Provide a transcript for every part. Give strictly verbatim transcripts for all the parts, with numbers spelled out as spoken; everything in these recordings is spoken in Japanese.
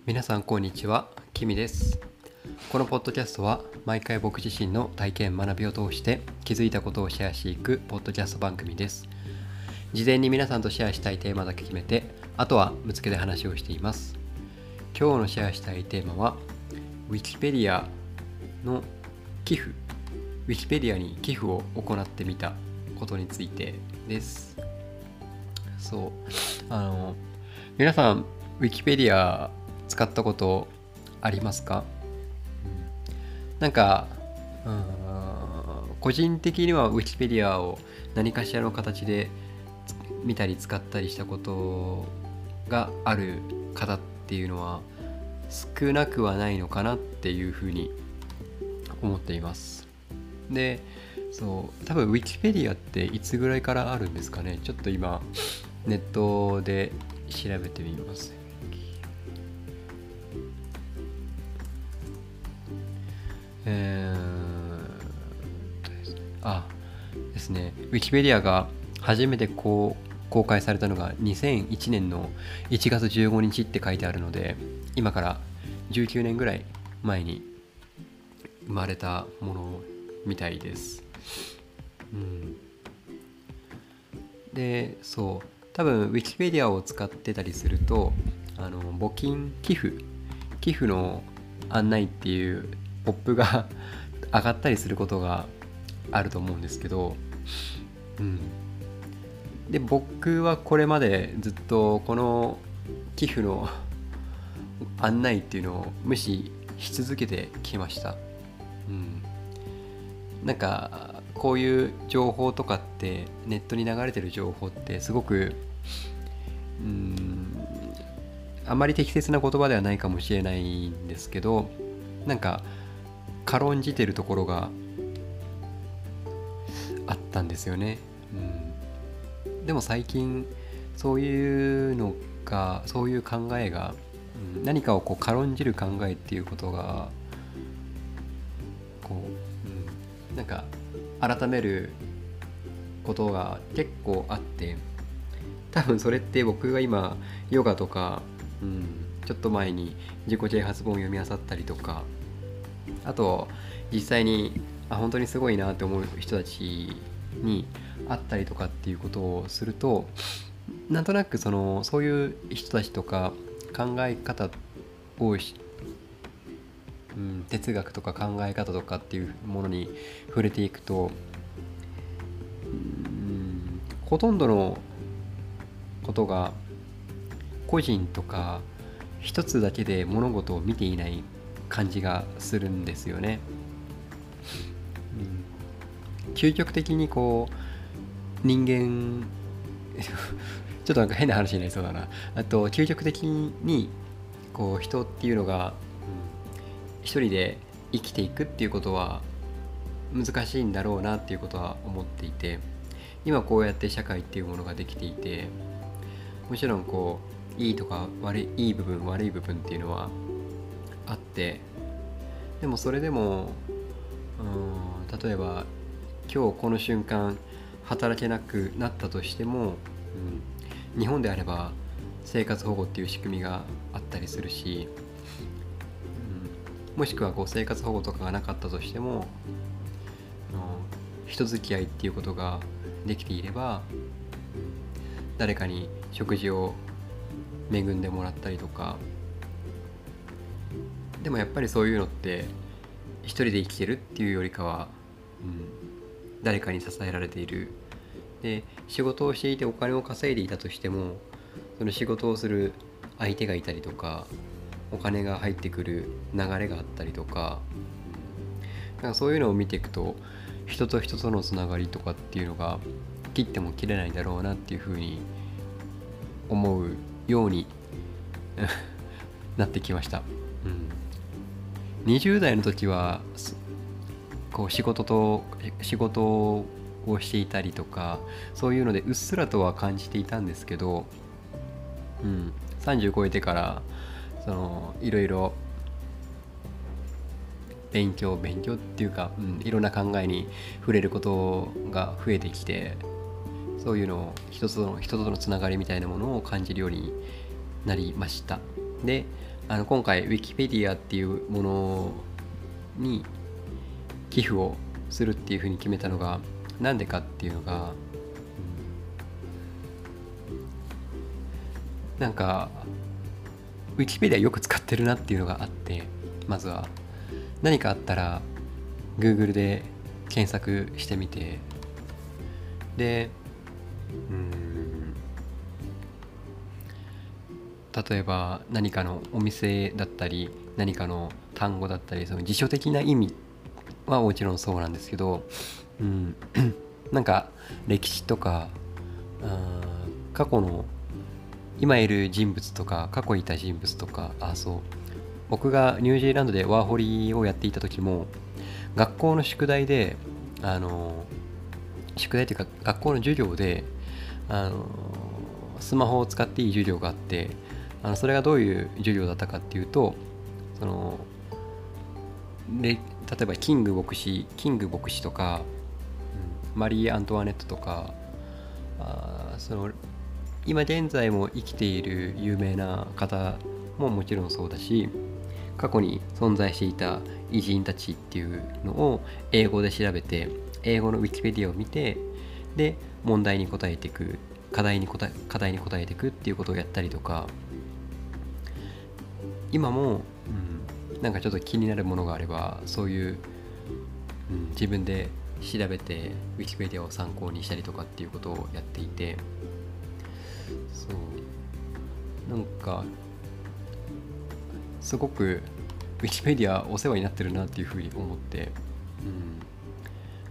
皆さんこんにちは、キミです。このポッドキャストは毎回僕自身の体験学びを通して気づいたことをシェアしていくポッドキャスト番組です。事前に皆さんとシェアしたいテーマだけ決めて、あとはぶつけで話をしています。今日のシェアしたいテーマは Wikipedia の寄付 Wikipedia に寄付を行ってみたことについてです。そうあの皆さん Wikipedia 使ったことありますか？なんかうん個人的には Wikipedia を何かしらの形で見たり使ったりしたことがある方っていうのは少なくはないのかなっていうふうに思っています。で、そう多分 Wikipedia っていつぐらいからあるんですかね。ちょっと今ネットで調べてみます。えー、あですね Wikipedia が初めてこう公開されたのがにせんいちねんのいちがつじゅうごにちって書いてあるので、今からじゅうきゅうねんぐらい前に生まれたものみたいです。うん、で、そう多分 Wikipedia を使ってたりすると、あの募金寄付寄付の案内っていうポップが上がったりすることがあると思うんですけど、うん、で僕はこれまでずっとこの寄付の案内っていうのを無視し続けてきました。うん、なんかこういう情報とかってネットに流れてる情報ってすごくうーんあまり適切な言葉ではないかもしれないんですけど、なんか軽んじてるところがあったんですよね。うん、でも最近そういうのがそういう考えが、うん、何かをこう軽んじる考えっていうことがこう、うん、なんか改めることが結構あって、多分それって僕が今ヨガとか、うん、ちょっと前に自己啓発本を読み漁ったりとか、あと実際にあ本当にすごいなって思う人たちに会ったりとかっていうことをすると、なんとなくそのそういう人たちとか考え方をし、うん、哲学とか考え方とかっていうものに触れていくと、うん、ほとんどのことが個人とか一つだけで物事を見ていない感じがするんですよね。うん、究極的にこう人間ちょっとなんか変な話になりそうだな。あと究極的にこう人っていうのが、うん、一人で生きていくっていうことは難しいんだろうなっていうことは思っていて、今こうやって社会っていうものができていて、もちろんこういいとか悪いいい部分悪い部分っていうのはあって、でもそれでもうん例えば今日この瞬間働けなくなったとしても、うん、日本であれば生活保護っていう仕組みがあったりするし、うん、もしくはこう生活保護とかがなかったとしても、人付き合いっていうことができていれば、誰かに食事を恵んでもらったりとか、でもやっぱりそういうのって一人で生きてるっていうよりかは、うん、誰かに支えられている。で仕事をしていてお金を稼いでいたとしても、その仕事をする相手がいたりとか、お金が入ってくる流れがあったりとか、なんかそういうのを見ていくと、人と人とのつながりとかっていうのが切っても切れないだろうなっていうふうに思うようになってきました。うん、にじゅう代の時はこう仕事と仕事をしていたりとか、そういうのでうっすらとは感じていたんですけど、うん、さんじゅう超えてからそのいろいろ勉強勉強っていうか、うん、いろんな考えに触れることが増えてきて、そういうのを人との人とのつながりみたいなものを感じるようになりました。であの今回 Wikipedia っていうものに寄付をするっていうふうに決めたのがなんでかっていうのが、うん、なんか Wikipedia よく使ってるなっていうのがあって、まずは何かあったら Google で検索してみて、で、うーん、例えば何かのお店だったり何かの単語だったり、その辞書的な意味はもちろんそうなんですけど、うん、なんか歴史とか、あ過去の今いる人物とか過去いた人物とか、あ、そう、僕がニュージーランドでワーホリをやっていた時も学校の宿題で、あの宿題というか学校の授業で、あのスマホを使っていい授業があって、あのそれがどういう授業だったかっていうと、その例えばキング牧師キング牧師とか、うん、マリー・アントワネットとか、あその今現在も生きている有名な方ももちろんそうだし、過去に存在していた偉人たちっていうのを英語で調べて、英語のウィキペディアを見て、で問題に答えていく、課題に答え課題に答えていくっていうことをやったりとか、今も、うん、なんかちょっと気になるものがあればそういう、うん、自分で調べてウィキペディアを参考にしたりとかっていうことをやっていて、そうなんかすごくウィキペディアお世話になってるなっていうふうに思って、うん、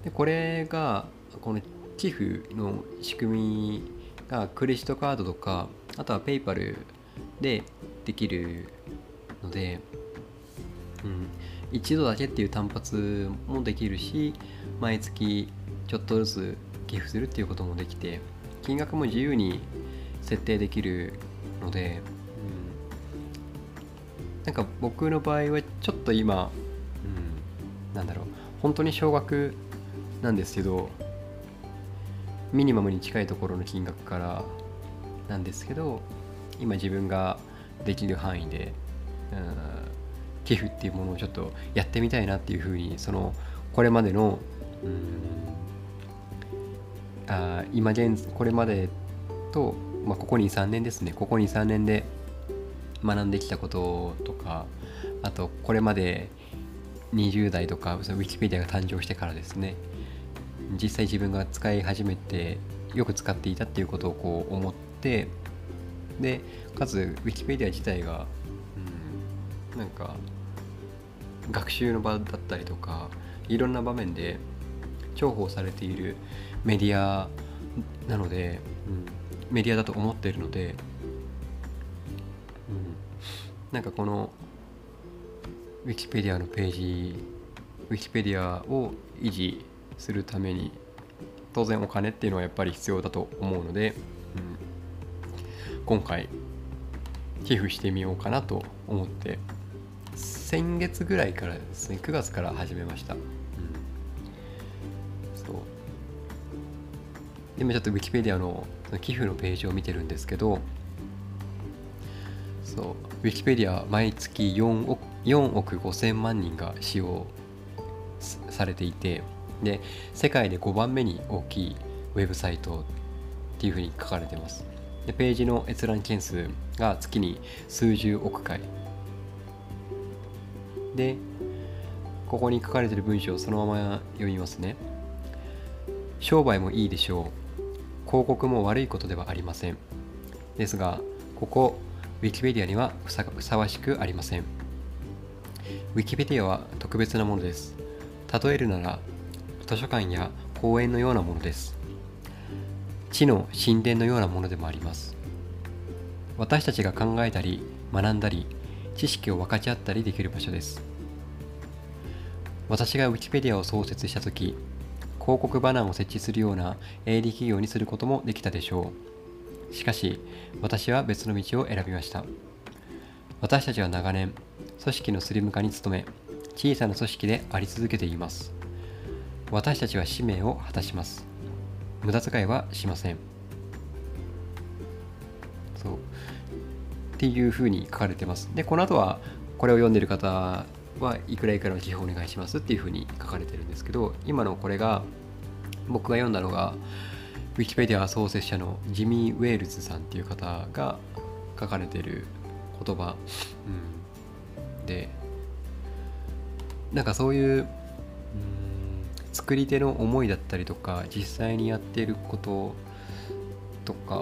でこれがこの寄付の仕組みがクレジットカードとか、あとはペイパルでできるので、うん、一度だけっていう単発もできるし、毎月ちょっとずつ寄付するっていうこともできて、金額も自由に設定できるので、うん、なんか僕の場合はちょっと今、うん、なんだろう、本当に少額なんですけど、ミニマムに近いところの金額からなんですけど、今自分ができる範囲で、うん、寄付っていうものをちょっとやってみたいなっていうふうに、そのこれまでの、うん、あ今現これまでと、まあ、ここにさんねんですね、ここにさんねんで学んできたこととか、あとこれまでにじゅう代とかそのウィキペディアが誕生してからですね、実際自分が使い始めてよく使っていたっていうことをこう思って、でかつウィキペディア自体が、うん、なんか学習の場だったりとか、いろんな場面で重宝されているメディアなので、うん、メディアだと思っているので、うん、なんかこのウィキペディアのページ、ウィキペディアを維持するために当然お金っていうのはやっぱり必要だと思うので、うん、今回寄付してみようかなと思って、先月ぐらいからですね、くがつから始めました。うん、そう今ちょっとウィキペディアの寄付のページを見てるんですけど、そうウィキペディア毎月よんおくごせんまんにんが使用されていて、で世界でごばんめに大きいウェブサイトっていうふうに書かれてます。でページの閲覧件数が月に数十億回で、ここに書かれている文章をそのまま読みますね。商売もいいでしょう。広告も悪いことではありません。ですがここウィキペディアにはふさふさわしくありません。ウィキペディアは特別なものです。例えるなら図書館や公園のようなものです。知の神殿のようなものでもあります。私たちが考えたり学んだり知識を分かち合ったりできる場所です。私がウィキペディアを創設したとき、広告バナーを設置するような営利企業にすることもできたでしょう。しかし、私は別の道を選びました。私たちは長年、組織のスリム化に努め、小さな組織であり続けています。私たちは使命を果たします。無駄遣いはしません。そう。 っていうふうに書かれてます。でこの後はこれを読んでる方はいくらいくらの寄付をお願いしますっていうふうに書かれてるんですけど、今のこれが僕が読んだのがウィキペディア創設者のジミー・ウェールズさんっていう方が書かれてる言葉、うん、でなんかそういう、うん、作り手の思いだったりとか実際にやっていることとか、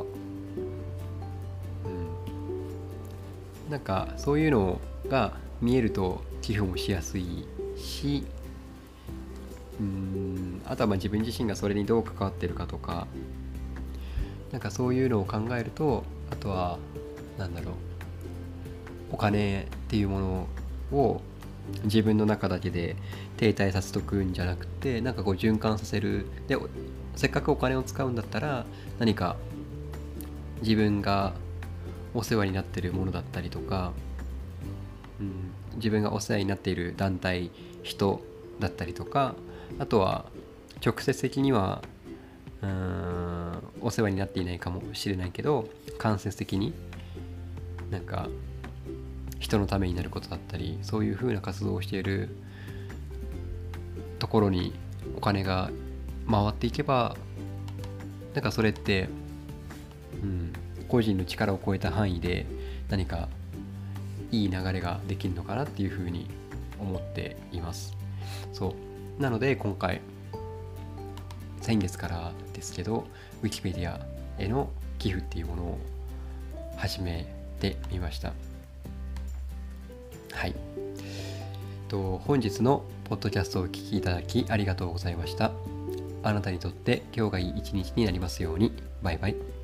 うん、なんかそういうのが見えると寄付もしやすいし、うーんあとはまあ自分自身がそれにどう関わってるかとか、なんかそういうのを考えると、あとはなんだろう、お金っていうものを自分の中だけで停滞させとくんじゃなくて、なんかこう循環させる。でせっかくお金を使うんだったら何か自分がお世話になっているものだったりとか、うん、自分がお世話になっている団体、人だったりとか、あとは直接的にはうーんお世話になっていないかもしれないけど、間接的になんか人のためになることだったり、そういう風な活動をしているところにお金が回っていけば、なんかそれって、うん、個人の力を超えた範囲で何かいい流れができるのかなっていうふうに思っています。そうなので今回先月からですけど Wikipedia への寄付っていうものを始めてみました。はい。と本日のポッドキャストをお聞きいただきありがとうございました。あなたにとって今日がいい一日になりますように。バイバイ。